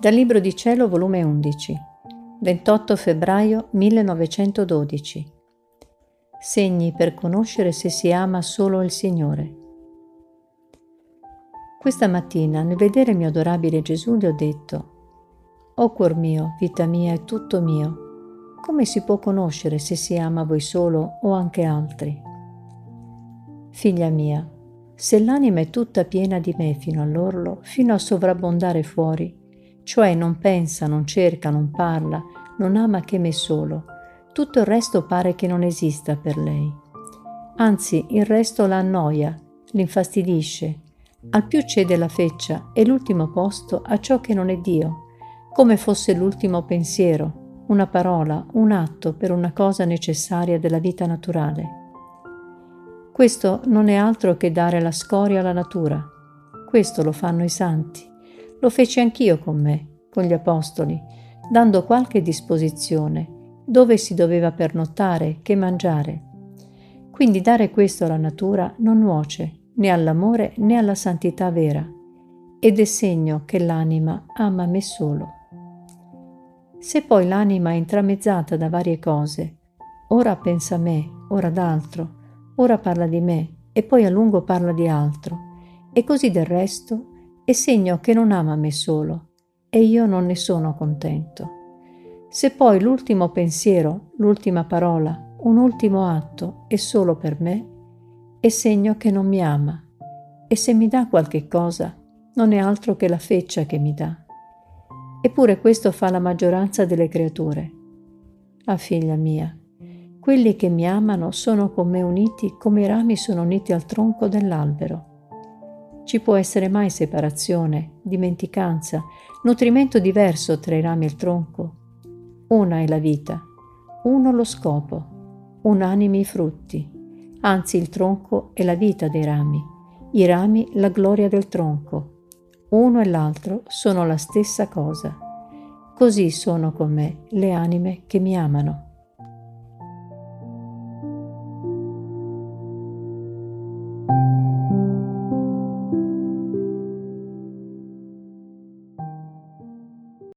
Dal Libro di Cielo, volume 11, 28 febbraio 1912. Segni per conoscere se si ama solo il Signore. Questa mattina, nel vedere il mio adorabile Gesù, gli ho detto: «O cuor mio, vita mia e tutto mio, come si può conoscere se si ama voi solo o anche altri? Figlia mia, se l'anima è tutta piena di me fino all'orlo, fino a sovrabbondare fuori, cioè non pensa, non cerca, non parla, non ama che me solo, tutto il resto pare che non esista per lei. Anzi, il resto la annoia, l'infastidisce, al più cede la feccia e l'ultimo posto a ciò che non è Dio, come fosse l'ultimo pensiero, una parola, un atto per una cosa necessaria della vita naturale. Questo non è altro che dare la scoria alla natura. Questo lo fanno i santi. Lo feci anch'io con me, con gli apostoli, dando qualche disposizione, dove si doveva pernottare, che mangiare. Quindi dare questo alla natura non nuoce né all'amore né alla santità vera, ed è segno che l'anima ama me solo. Se poi l'anima è intramezzata da varie cose, ora pensa a me, ora ad altro, ora parla di me e poi a lungo parla di altro, e così del resto, è segno che non ama me solo, e io non ne sono contento. Se poi l'ultimo pensiero, l'ultima parola, un ultimo atto è solo per me, è segno che non mi ama, e se mi dà qualche cosa, non è altro che la feccia che mi dà. Eppure questo fa la maggioranza delle creature. Ah, figlia mia, quelli che mi amano sono con me uniti come i rami sono uniti al tronco dell'albero. Ci può essere mai separazione, dimenticanza, nutrimento diverso tra i rami e il tronco? Una è la vita, uno lo scopo, unanimi i frutti. Anzi, il tronco è la vita dei rami, i rami la gloria del tronco. Uno e l'altro sono la stessa cosa. Così sono con me le anime che mi amano.